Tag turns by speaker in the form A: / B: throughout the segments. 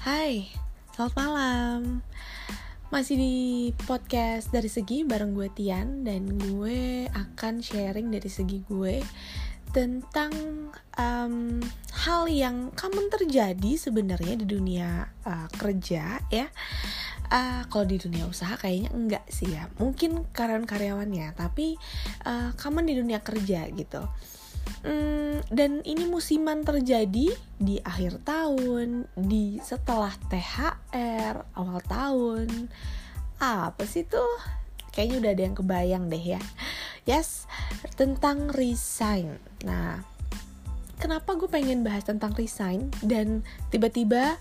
A: Hai, selamat malam. Masih di podcast Dari Segi bareng gue Tian. Dan gue akan sharing dari segi gue tentang hal yang common terjadi sebenarnya di dunia kerja ya. Kalau di dunia usaha kayaknya enggak sih ya. Mungkin karyawan-karyawannya, tapi common di dunia kerja gitu. Dan ini musiman terjadi di akhir tahun, di setelah THR, awal tahun. Apa sih tuh? Kayaknya udah ada yang kebayang deh ya. Yes, tentang resign. Nah, kenapa gue pengen bahas tentang resign dan tiba-tiba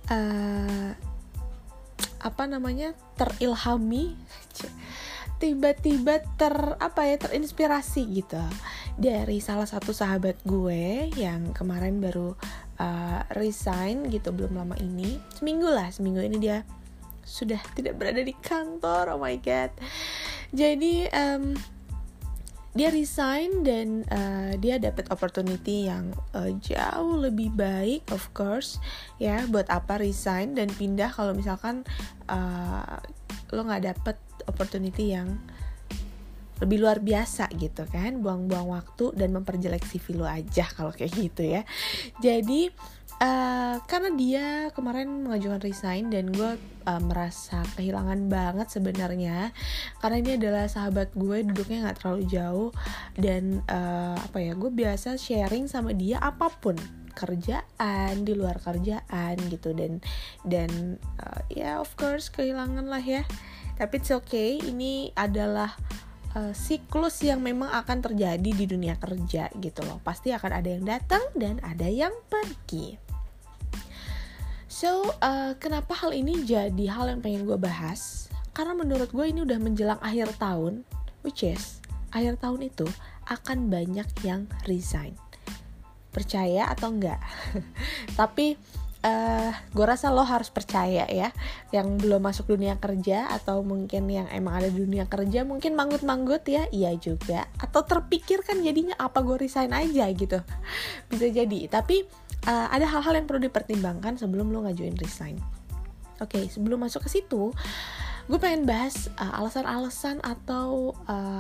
A: terilhami, tiba-tiba terinspirasi gitu dari salah satu sahabat gue yang kemarin baru resign gitu, belum lama ini, seminggu ini dia sudah tidak berada di kantor. Oh my god. Jadi dia resign dan dia dapat opportunity yang jauh lebih baik, of course ya. Buat apa resign dan pindah kalau misalkan lo nggak dapet opportunity yang lebih luar biasa gitu kan. Buang-buang waktu dan memperjelek CV lo aja kalau kayak gitu ya. Jadi karena dia kemarin mengajukan resign dan gue merasa kehilangan banget sebenarnya, karena ini adalah sahabat gue, duduknya nggak terlalu jauh dan gue biasa sharing sama dia apapun, kerjaan, di luar kerjaan gitu, dan ya of course kehilangan lah ya. Tapi it's okay, ini adalah siklus yang memang akan terjadi di dunia kerja gitu loh. Pasti akan ada yang datang dan ada yang pergi. So, kenapa hal ini jadi hal yang pengen gue bahas? Karena menurut gue ini udah menjelang akhir tahun, which is akhir tahun itu akan banyak yang resign. Percaya atau enggak? Tapi gue rasa lo harus percaya ya. Yang belum masuk dunia kerja atau mungkin yang emang ada di dunia kerja mungkin manggut-manggut ya, iya juga. Atau terpikir kan jadinya apa gue resign aja gitu. Bisa jadi. Tapi ada hal-hal yang perlu dipertimbangkan sebelum lo ngajuin resign. Oke, sebelum masuk ke situ, gue pengen bahas alasan-alasan atau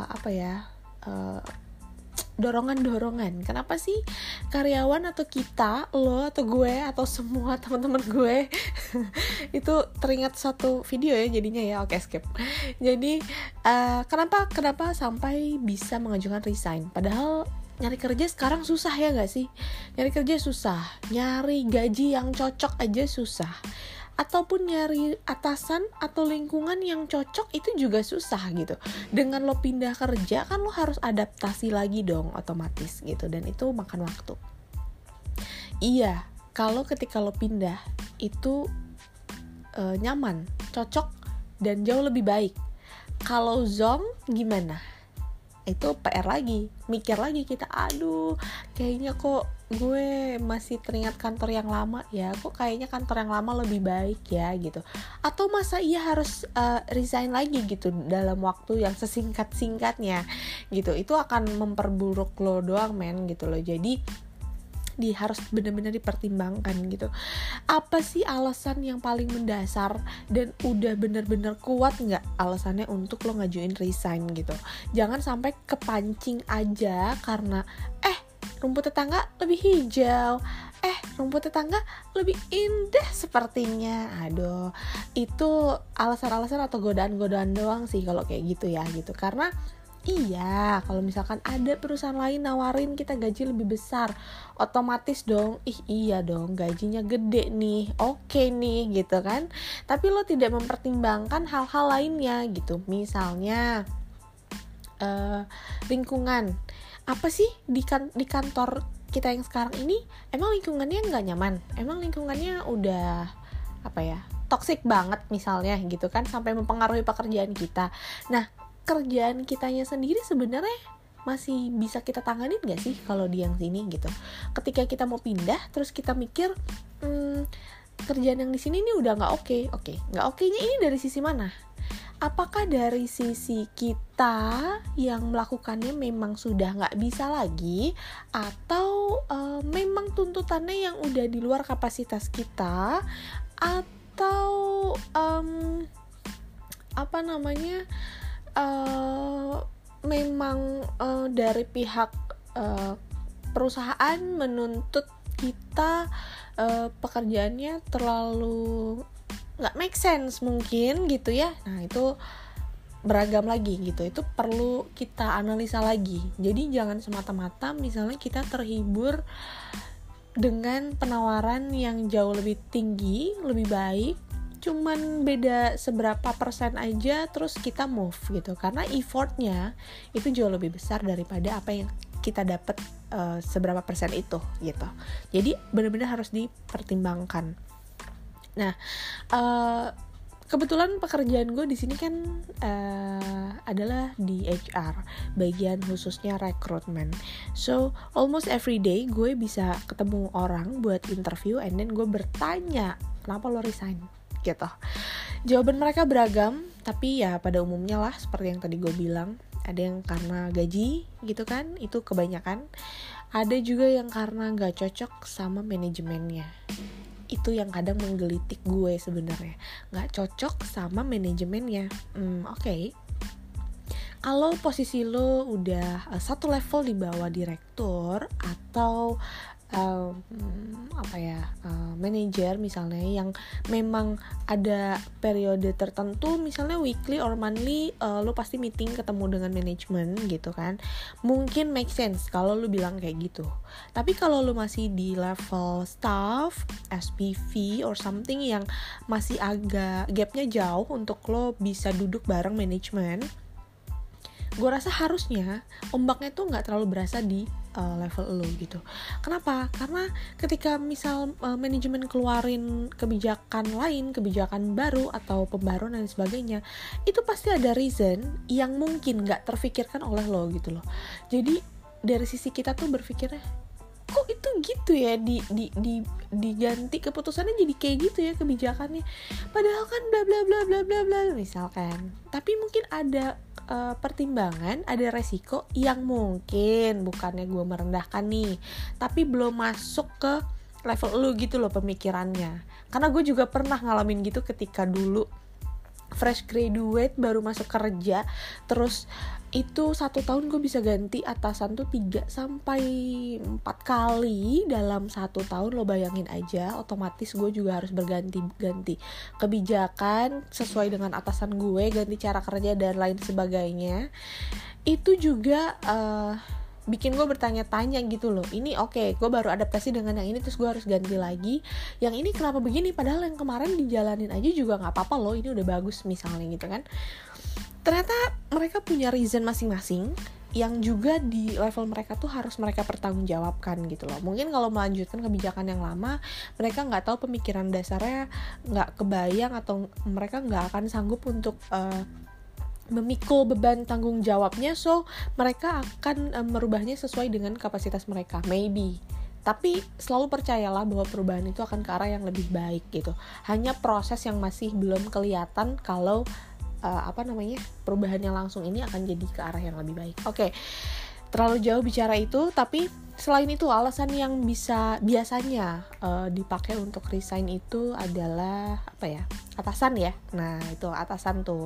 A: dorongan-dorongan. Kenapa sih karyawan atau kita, lo atau gue atau semua teman-teman gue itu teringat satu video ya jadinya ya. Oke, skip. Jadi kenapa sampai bisa mengajukan resign? Padahal nyari kerja sekarang susah ya gak sih? Nyari kerja susah, nyari gaji yang cocok aja susah, ataupun nyari atasan atau lingkungan yang cocok itu juga susah gitu. Dengan lo pindah kerja kan lo harus adaptasi lagi dong otomatis gitu, dan itu makan waktu. Iya, kalau ketika lo pindah itu nyaman, cocok, dan jauh lebih baik. Kalau zong gimana? Itu PR lagi, mikir lagi kita, aduh kayaknya kok gue masih teringat kantor yang lama ya, kok kayaknya kantor yang lama lebih baik ya gitu. Atau masa iya harus resign lagi gitu dalam waktu yang sesingkat-singkatnya gitu. Itu akan memperburuk lo doang men gitu loh. Jadi harus benar-benar dipertimbangkan gitu. Apa sih alasan yang paling mendasar dan udah benar-benar kuat nggak alasannya untuk lo ngajuin resign gitu. Jangan sampai kepancing aja karena rumput tetangga lebih hijau, rumput tetangga lebih indah sepertinya. Aduh, itu alasan-alasan atau godaan-godaan doang sih kalau kayak gitu ya gitu. Karena iya, kalau misalkan ada perusahaan lain nawarin kita gaji lebih besar, otomatis dong, iya dong gajinya gede nih, oke nih gitu kan. Tapi lo tidak mempertimbangkan hal-hal lainnya gitu. Misalnya lingkungan. Apa sih di kantor kita yang sekarang ini, emang lingkungannya nggak nyaman? Emang lingkungannya udah toxic banget misalnya gitu kan, sampai mempengaruhi pekerjaan kita. Nah, kerjaan kitanya sendiri sebenarnya masih bisa kita tanganin gak sih kalau di yang sini gitu. Ketika kita mau pindah terus kita mikir kerjaan yang di sini ini udah nggak oke. Nggak okenya ini dari sisi mana? Apakah dari sisi kita yang melakukannya memang sudah nggak bisa lagi, atau memang tuntutannya yang udah di luar kapasitas kita, atau apa namanya, memang dari pihak perusahaan menuntut kita pekerjaannya terlalu nggak make sense mungkin gitu ya. Nah itu beragam lagi gitu, itu perlu kita analisa lagi. Jadi jangan semata-mata misalnya kita terhibur dengan penawaran yang jauh lebih tinggi, lebih baik, cuman beda seberapa persen aja terus kita move gitu, karena effortnya itu jauh lebih besar daripada apa yang kita dapat seberapa persen itu gitu. Jadi benar-benar harus dipertimbangkan. Nah, kebetulan pekerjaan gue di sini kan adalah di HR, bagian khususnya rekrutmen. So almost every day gue bisa ketemu orang buat interview, and then gue bertanya, kenapa lo resign? Gitu. Jawaban mereka beragam, tapi ya pada umumnya lah seperti yang tadi gue bilang, ada yang karena gaji gitu kan, itu kebanyakan. Ada juga yang karena gak cocok sama manajemennya. Itu yang kadang menggelitik gue sebenarnya, nggak cocok sama manajemennya. Oke. Kalau posisi lo udah satu level di bawah direktur atau manajer misalnya, yang memang ada periode tertentu misalnya weekly or monthly, lo pasti meeting ketemu dengan manajemen gitu kan, mungkin make sense kalau lo bilang kayak gitu. Tapi kalau lo masih di level staff, SPV or something yang masih agak gapnya jauh untuk lo bisa duduk bareng manajemen, gue rasa harusnya ombaknya tuh nggak terlalu berasa di level lo gitu. Kenapa? Karena ketika misal manajemen keluarin kebijakan lain, kebijakan baru atau pembaruan dan sebagainya, itu pasti ada reason yang mungkin nggak terfikirkan oleh lo gitu loh. Jadi dari sisi kita tuh berpikirnya, kok itu gitu ya, diganti keputusannya jadi kayak gitu ya kebijakannya, padahal kan bla bla bla bla bla bla misalkan. Tapi mungkin ada pertimbangan, ada resiko yang mungkin, bukannya gue merendahkan nih, tapi belum masuk ke level lu gitu loh pemikirannya. Karena gue juga pernah ngalamin gitu ketika dulu fresh graduate baru masuk kerja, terus itu 1 tahun gue bisa ganti atasan tuh 3-4 kali dalam 1 tahun. Lo bayangin aja, otomatis gue juga harus berganti-ganti kebijakan sesuai dengan atasan gue, ganti cara kerja dan lain sebagainya. Itu juga bikin gue bertanya-tanya gitu loh. Ini oke, gue baru adaptasi dengan yang ini, terus gue harus ganti lagi. Yang ini kenapa begini? Padahal yang kemarin dijalanin aja juga nggak apa-apa loh. Ini udah bagus misalnya gitu kan. Ternyata mereka punya reason masing-masing yang juga di level mereka tuh harus mereka pertanggungjawabkan gitu loh. Mungkin kalau melanjutkan kebijakan yang lama, mereka nggak tahu pemikiran dasarnya, nggak kebayang, atau mereka nggak akan sanggup untuk memikul beban tanggung jawabnya, so mereka akan merubahnya sesuai dengan kapasitas mereka, maybe. Tapi selalu percayalah bahwa perubahan itu akan ke arah yang lebih baik gitu. Hanya proses yang masih belum kelihatan kalau perubahannya langsung ini akan jadi ke arah yang lebih baik. Oke, terlalu jauh bicara itu, tapi selain itu alasan yang biasanya dipakai untuk resign itu adalah atasan ya. Nah itu atasan tuh.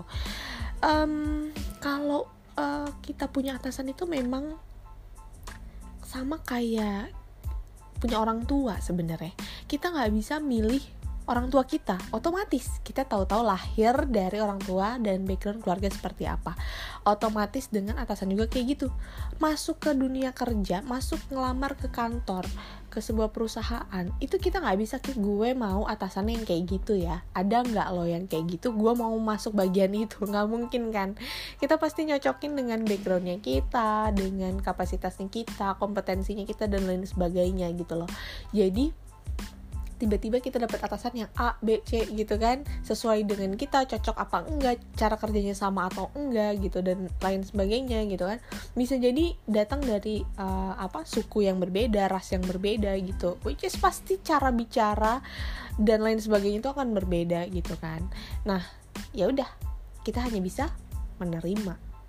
A: Kalau kita punya atasan itu memang sama kayak punya orang tua sebenarnya. Kita nggak bisa milih orang tua kita, otomatis kita tahu-tahu lahir dari orang tua dan background keluarga seperti apa. Otomatis dengan atasan juga kayak gitu. Masuk ke dunia kerja, masuk ngelamar ke kantor, ke sebuah perusahaan, itu kita nggak bisa gue mau atasannya yang kayak gitu ya. Ada nggak lo yang kayak gitu? Gue mau masuk bagian itu, nggak mungkin kan? Kita pasti nyocokin dengan backgroundnya kita, dengan kapasitasnya kita, kompetensinya kita dan lain sebagainya gitu loh. Jadi tiba-tiba kita dapat atasan yang A, B, C gitu kan, sesuai dengan kita, cocok apa enggak, cara kerjanya sama atau enggak gitu, dan lain sebagainya gitu kan. Bisa jadi datang dari suku yang berbeda, ras yang berbeda gitu, which is pasti cara bicara dan lain sebagainya itu akan berbeda gitu kan. Nah ya udah, kita hanya bisa menerima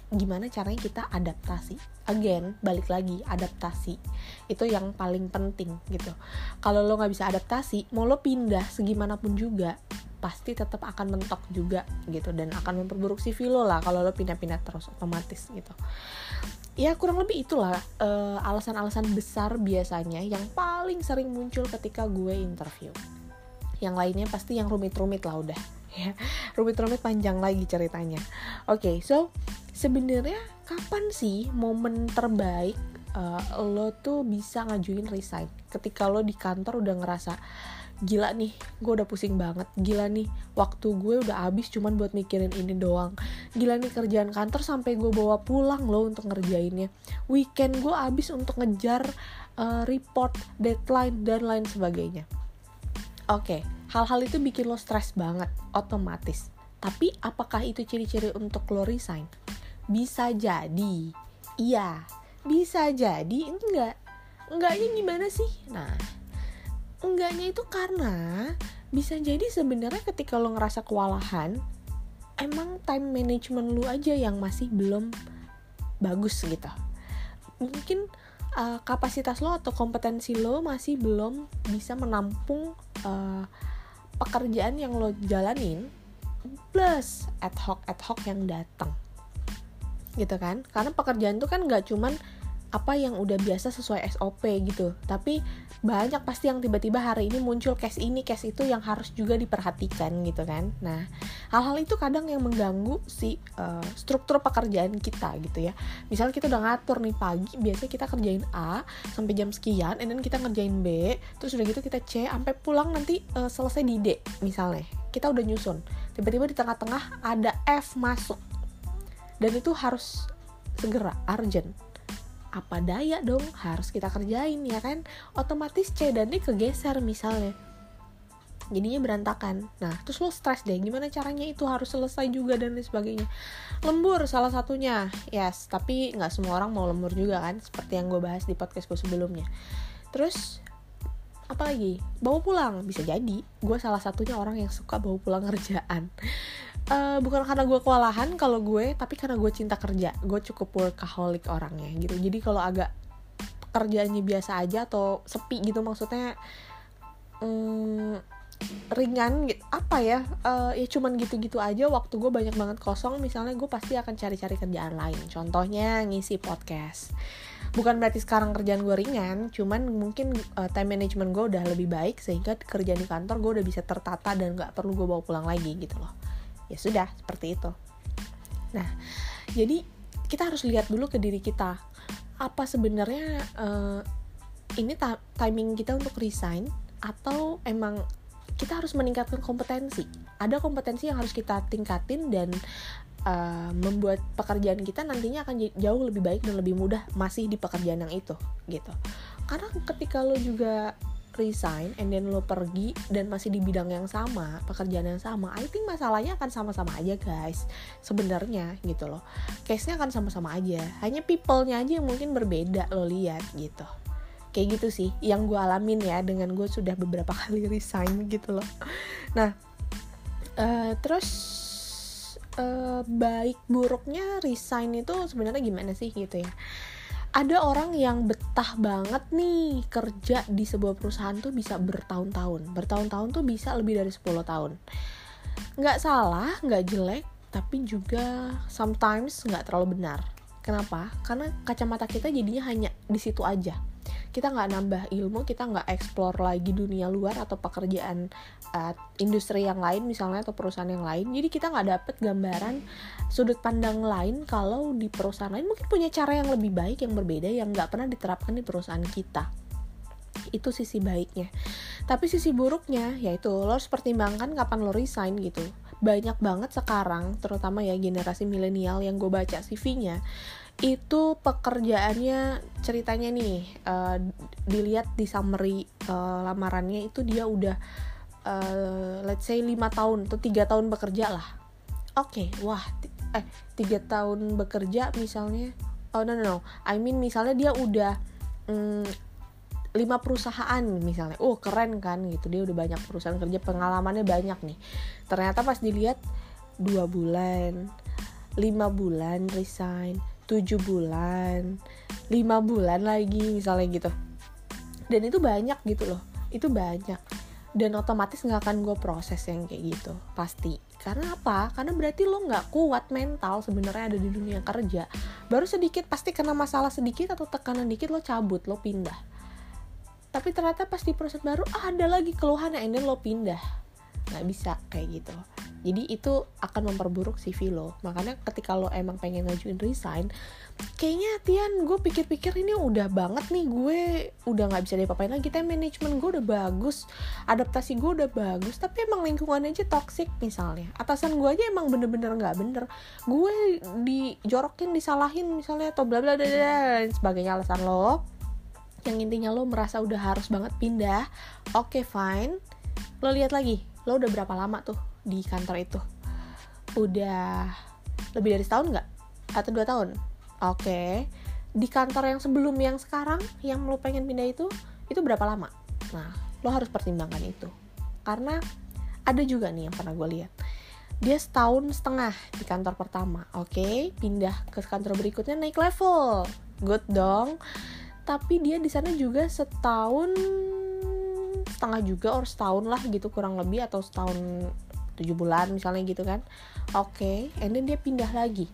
A: gimana caranya kita adaptasi. Again, balik lagi, adaptasi itu yang paling penting gitu. Kalau lo nggak bisa adaptasi, mau lo pindah segimanapun juga pasti tetap akan mentok juga gitu, dan akan memperburuk CV lo lah kalau lo pindah-pindah terus otomatis gitu. Ya kurang lebih itulah alasan-alasan besar biasanya yang paling sering muncul ketika gue interview. Yang lainnya pasti yang rumit-rumit lah udah ya, rumit-rumit panjang lagi ceritanya. Oke, so sebenarnya kapan sih momen terbaik lo tuh bisa ngajuin resign? Ketika lo di kantor udah ngerasa gila nih, gue udah pusing banget, gila nih waktu gue udah habis cuman buat mikirin ini doang, gila nih kerjaan kantor sampai gue bawa pulang loh untuk ngerjainnya, weekend gue habis untuk ngejar report, deadline, dan lain sebagainya. Oke, hal-hal itu bikin lo stres banget, otomatis. Tapi apakah itu ciri-ciri untuk lo resign? Bisa jadi, iya. Bisa jadi, enggak. Enggaknya gimana sih? Nah, enggaknya itu karena bisa jadi sebenarnya ketika lo ngerasa kewalahan, emang time management lo aja yang masih belum bagus gitu. Mungkin kapasitas lo atau kompetensi lo masih belum bisa menampung pekerjaan yang lo jalanin plus ad hoc yang datang gitu kan. Karena pekerjaan itu kan gak cuman apa yang udah biasa sesuai SOP gitu, tapi banyak pasti yang tiba-tiba hari ini muncul case ini, case itu yang harus juga diperhatikan gitu kan. Nah, hal-hal itu kadang yang mengganggu si struktur pekerjaan kita gitu ya. Misalnya kita udah ngatur nih pagi, biasanya kita kerjain A sampai jam sekian, and then kita ngerjain B, terus udah gitu kita C sampai pulang nanti selesai di D misalnya. Kita udah nyusun, tiba-tiba di tengah-tengah ada F masuk, dan itu harus segera, urgent. Apa daya dong, harus kita kerjain ya kan. Otomatis C dan D kegeser misalnya, jadinya berantakan. Nah terus lo stres deh, gimana caranya itu harus selesai juga dan lain sebagainya. Lembur salah satunya, yes, tapi gak semua orang mau lembur juga kan, seperti yang gue bahas di podcast gue sebelumnya. Terus apalagi, bawa pulang, bisa jadi gue salah satunya orang yang suka bawa pulang kerjaan. Bukan karena gue kewalahan kalau gue, tapi karena gue cinta kerja. Gue cukup workaholic orangnya gitu. Jadi kalau agak kerjaannya biasa aja atau sepi gitu, maksudnya ringan gitu, apa ya, ya cuman gitu-gitu aja, waktu gue banyak banget kosong, misalnya gue pasti akan cari-cari kerjaan lain. Contohnya ngisi podcast. Bukan berarti sekarang kerjaan gue ringan, cuman mungkin time management gue udah lebih baik sehingga kerjaan di kantor gue udah bisa tertata dan gak perlu gue bawa pulang lagi gitu loh. Ya sudah, seperti itu. Nah, jadi kita harus lihat dulu ke diri kita. Apa sebenarnya ini timing kita untuk resign, atau emang kita harus meningkatkan kompetensi. Ada kompetensi yang harus kita tingkatin dan membuat pekerjaan kita nantinya akan jauh lebih baik dan lebih mudah masih di pekerjaan yang itu gitu. Karena ketika lo juga resign and then lo pergi dan masih di bidang yang sama, pekerjaan yang sama, I think masalahnya akan sama-sama aja guys sebenarnya gitu loh. Case-nya akan sama-sama aja, hanya people-nya aja yang mungkin berbeda lo lihat gitu. Kayak gitu sih yang gue alamin ya, dengan gue sudah beberapa kali resign gitu loh. Nah terus baik buruknya resign itu sebenarnya gimana sih gitu ya. Ada orang yang betah banget nih kerja di sebuah perusahaan tuh bisa bertahun-tahun. Bertahun-tahun tuh bisa lebih dari 10 tahun. Nggak salah, nggak jelek, tapi juga sometimes nggak terlalu benar. Kenapa? Karena kacamata kita jadinya hanya di situ aja. Kita nggak nambah ilmu, kita nggak explore lagi dunia luar atau pekerjaan industri yang lain misalnya, atau perusahaan yang lain. Jadi kita nggak dapet gambaran sudut pandang lain kalau di perusahaan lain mungkin punya cara yang lebih baik, yang berbeda, yang nggak pernah diterapkan di perusahaan kita. Itu sisi baiknya. Tapi sisi buruknya yaitu lo harus pertimbangkan kapan lo resign gitu. Banyak banget sekarang, terutama ya generasi milenial yang gue baca CV-nya, itu pekerjaannya ceritanya nih, dilihat di summary lamarannya itu dia udah let's say 5 tahun atau 3 tahun bekerja lah. Oke, wah 3 tahun bekerja misalnya, no, I mean misalnya dia udah 5 perusahaan misalnya, keren kan gitu, dia udah banyak perusahaan kerja, pengalamannya banyak nih. Ternyata pas dilihat 2 bulan, 5 bulan resign, 7 bulan, 5 bulan lagi misalnya gitu. Dan itu banyak gitu loh, itu banyak. Dan otomatis gak akan gue proses yang kayak gitu, pasti. Karena apa? Karena berarti lo gak kuat mental sebenarnya ada di dunia kerja. Baru sedikit, pasti kena masalah sedikit atau tekanan dikit lo cabut, lo pindah. Tapi ternyata pas di proses baru ada lagi keluhan yang ini lo pindah. Gak bisa kayak gitu. Jadi itu akan memperburuk CV lo. Makanya ketika lo emang pengen ngajuin resign, kayaknya Tian, gue pikir-pikir ini udah banget nih, gue udah gak bisa diapa-apain lagi. Time management gue udah bagus, adaptasi gue udah bagus, tapi emang lingkungannya aja toxic misalnya. Atasan gue aja emang bener-bener gak bener, gue dijorokin, disalahin misalnya, atau bla bla bla dan sebagainya alasan lo. Yang intinya lo merasa udah harus banget pindah. Oke, fine. Lo lihat lagi, lo udah berapa lama tuh di kantor itu? Udah lebih dari setahun gak? Atau 2 tahun? Oke. Di kantor yang sebelum yang sekarang, yang lo pengen pindah itu berapa lama? Nah, lo harus pertimbangkan itu. Karena ada juga nih yang pernah gue lihat, dia 1,5 tahun di kantor pertama. Oke, pindah ke kantor berikutnya, naik level. Good dong. Tapi dia di sana juga 1,5 tahun juga, or setahun lah gitu kurang lebih, atau 1 tahun 7 bulan misalnya gitu kan. Oke, and then dia pindah lagi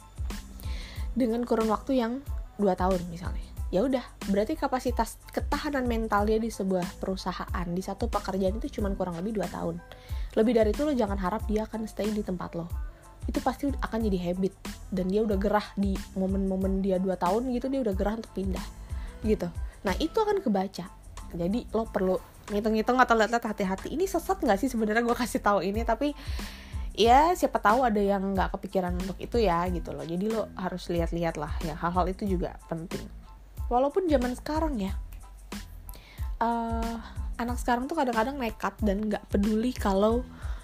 A: dengan kurun waktu yang 2 tahun misalnya. Ya udah, berarti kapasitas ketahanan mental dia di sebuah perusahaan, di satu pekerjaan itu cuma kurang lebih 2 tahun. Lebih dari itu lo jangan harap dia akan stay di tempat lo. Itu pasti akan jadi habit, dan dia udah gerah di momen-momen dia 2 tahun gitu, dia udah gerah untuk pindah gitu. Nah, itu akan kebaca. Jadi lo perlu ngitung-ngitung atau lihat-lihat hati-hati. Ini sesat nggak sih sebenarnya gue kasih tahu ini, tapi ya siapa tahu ada yang nggak kepikiran untuk itu ya gitu loh. Jadi lo harus lihat-lihat lah ya, hal-hal itu juga penting. Walaupun zaman sekarang ya, anak sekarang tuh kadang-kadang nekat dan nggak peduli kalau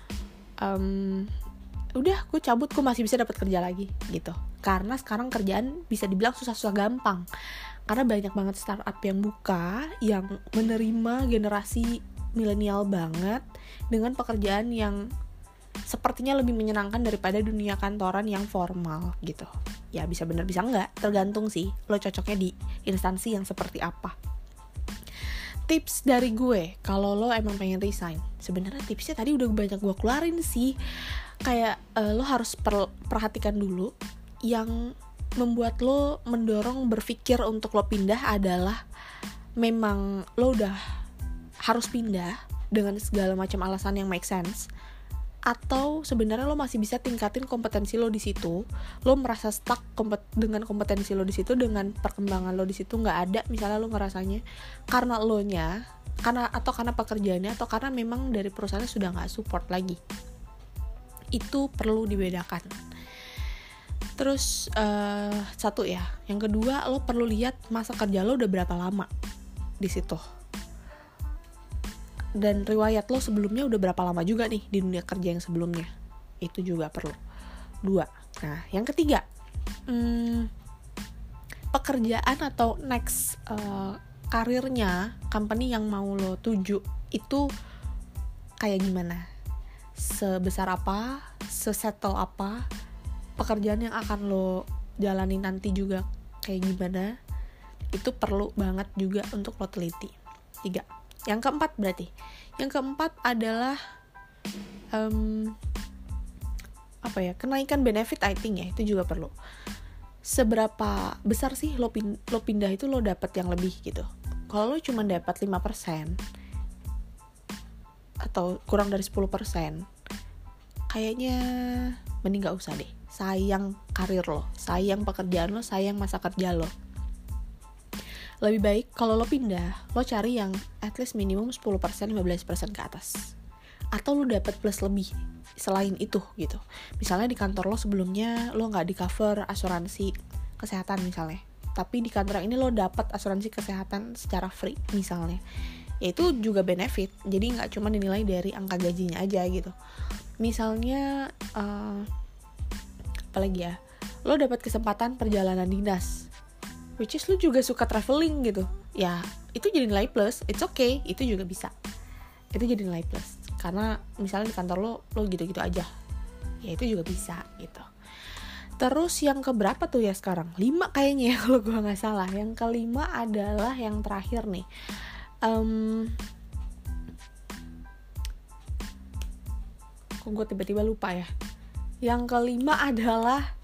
A: udah gue cabut, gue masih bisa dapat kerja lagi gitu. Karena sekarang kerjaan bisa dibilang susah-susah gampang. Karena banyak banget startup yang buka, yang menerima generasi milenial banget dengan pekerjaan yang sepertinya lebih menyenangkan daripada dunia kantoran yang formal gitu. Ya bisa bener bisa enggak, tergantung sih lo cocoknya di instansi yang seperti apa. Tips dari gue kalau lo emang pengen resign, sebenarnya tipsnya tadi udah banyak gue keluarin sih. Kayak lo harus perhatikan dulu. Yang membuat lo mendorong berpikir untuk lo pindah adalah memang lo udah harus pindah dengan segala macam alasan yang make sense, atau sebenarnya lo masih bisa tingkatin kompetensi lo di situ. Lo merasa stuck dengan kompetensi lo di situ, dengan perkembangan lo di situ nggak ada misalnya, lo ngerasanya karena karena pekerjaannya, atau karena memang dari perusahaannya sudah nggak support lagi. Itu perlu dibedakan. Terus satu ya, yang kedua lo perlu lihat masa kerja lo udah berapa lama di situ, dan riwayat lo sebelumnya udah berapa lama juga nih di dunia kerja yang sebelumnya. Itu juga perlu. 2. Nah, yang ketiga, pekerjaan atau next karirnya company yang mau lo tuju itu kayak gimana, sebesar apa, sesettle apa, pekerjaan yang akan lo jalani nanti juga kayak gimana. Itu perlu banget juga untuk lo teliti. 3. Yang keempat berarti, yang keempat adalah kenaikan benefit, I think ya, itu juga perlu. Seberapa besar sih lo pindah itu lo dapat yang lebih gitu. Kalau lo cuma dapat 5% atau kurang dari 10%, kayaknya mending gak usah deh. Sayang karir lo, sayang pekerjaan lo, sayang masa kerja lo. Lebih baik kalau lo pindah, lo cari yang at least minimum 10%, 15% ke atas. Atau lo dapat plus lebih selain itu gitu. Misalnya di kantor lo sebelumnya lo gak di cover asuransi kesehatan misalnya, tapi di kantor yang ini lo dapat asuransi kesehatan secara free misalnya. Ya itu juga benefit, jadi gak cuma dinilai dari angka gajinya aja gitu. Misalnya apalagi ya, lo dapat kesempatan perjalanan dinas, which is lo juga suka traveling gitu, ya itu jadi nilai plus. It's okay, itu juga bisa, itu jadi nilai plus. Karena misalnya di kantor lo gitu-gitu aja, ya itu juga bisa gitu. Terus yang keberapa tuh ya sekarang? 5 kayaknya ya kalau gue nggak salah. Yang kelima adalah yang terakhir nih. Kok gue tiba-tiba lupa ya. Yang kelima adalah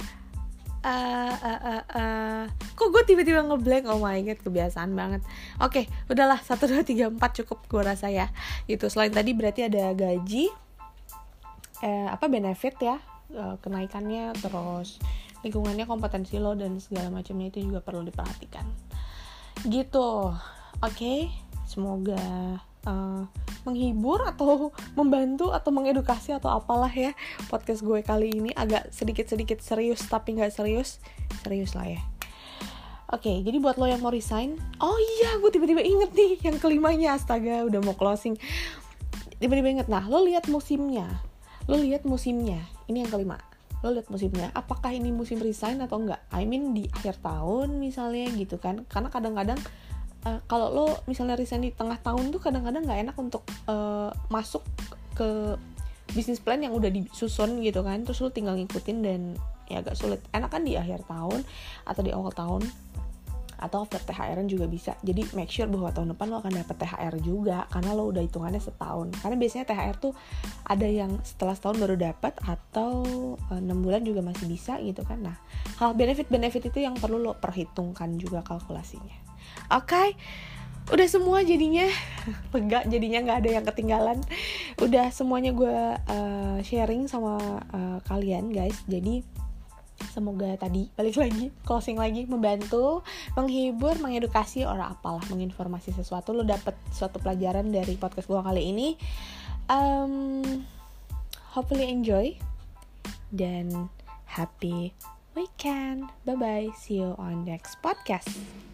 A: kok gue tiba-tiba ngeblank. Oh my god, kebiasaan banget. Oke, udahlah 1, 2, 3, 4 cukup gue rasa ya. Itu selain tadi berarti ada gaji, benefit ya, kenaikannya, terus lingkungannya, kompetensi lo, dan segala macamnya itu juga perlu diperhatikan. Gitu. Oke, semoga menghibur atau membantu atau mengedukasi atau apalah ya podcast gue kali ini. Agak sedikit serius tapi nggak serius lah ya. Oke, jadi buat lo yang mau resign, oh iya, gue tiba-tiba inget nih yang kelimanya, astaga, udah mau closing. Tiba-tiba inget, nah lo lihat musimnya, ini yang kelima. Lo lihat musimnya, apakah ini musim resign atau enggak? I mean di akhir tahun misalnya gitu kan, karena kadang-kadang kalau lo misalnya resign di tengah tahun tuh kadang-kadang nggak enak untuk masuk ke bisnis plan yang udah disusun gitu kan, terus lo tinggal ngikutin dan ya agak sulit. Enak kan di akhir tahun atau di awal tahun, atau after THR-an juga bisa. Jadi make sure bahwa tahun depan lo akan dapat THR juga, karena lo udah hitungannya setahun. Karena biasanya THR tuh ada yang setelah setahun baru dapat, atau 6 bulan juga masih bisa gitu kan. Nah, hal benefit itu yang perlu lo perhitungkan juga kalkulasinya. Oke, udah semua jadinya lega, jadinya nggak ada yang ketinggalan. Udah semuanya gue sharing sama kalian guys. Jadi semoga tadi balik lagi, closing lagi, membantu, menghibur, mengedukasi, orang apalah, menginformasi sesuatu. Lo dapet suatu pelajaran dari podcast gue kali ini. Hopefully enjoy dan happy weekend. Bye bye, see you on next podcast.